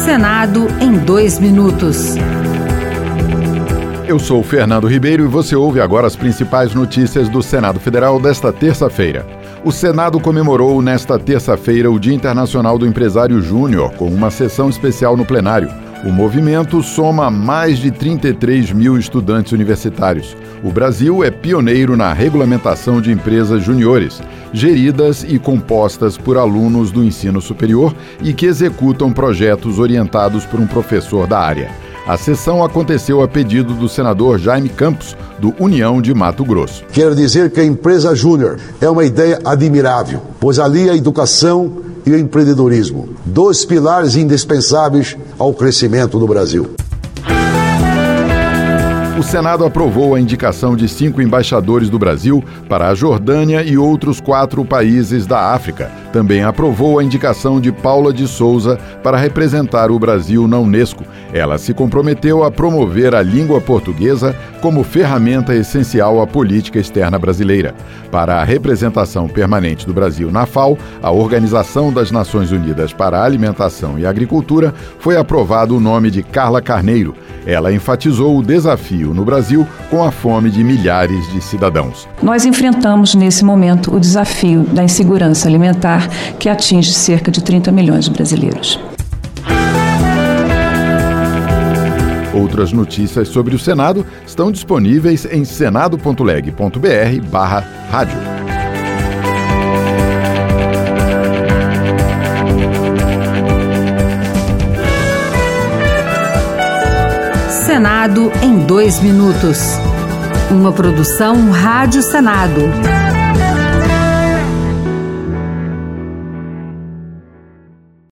Senado em 2 minutos. Eu sou o Fernando Ribeiro e você ouve agora as principais notícias do Senado Federal desta terça-feira. O Senado comemorou nesta terça-feira o Dia Internacional do Empresário Júnior, com uma sessão especial no plenário. O movimento soma mais de 33 mil estudantes universitários. O Brasil é pioneiro na regulamentação de empresas juniores, geridas e compostas por alunos do ensino superior e que executam projetos orientados por um professor da área. A sessão aconteceu a pedido do senador Jaime Campos, do União de Mato Grosso. Quero dizer que a empresa júnior é uma ideia admirável, pois alia a educação e o empreendedorismo, 2 pilares indispensáveis ao crescimento do Brasil. O Senado aprovou a indicação de 5 embaixadores do Brasil para a Jordânia e outros 4 países da África. Também aprovou a indicação de Paula de Souza para representar o Brasil na Unesco. Ela se comprometeu a promover a língua portuguesa como ferramenta essencial à política externa brasileira. Para a representação permanente do Brasil na FAO, a Organização das Nações Unidas para a Alimentação e Agricultura, foi aprovado o nome de Carla Carneiro. Ela enfatizou o desafio no Brasil com a fome de milhares de cidadãos. Nós enfrentamos nesse momento o desafio da insegurança alimentar, que atinge cerca de 30 milhões de brasileiros. Outras notícias sobre o Senado estão disponíveis em senado.leg.br/rádio. Senado em 2 minutos. Uma produção Rádio Senado.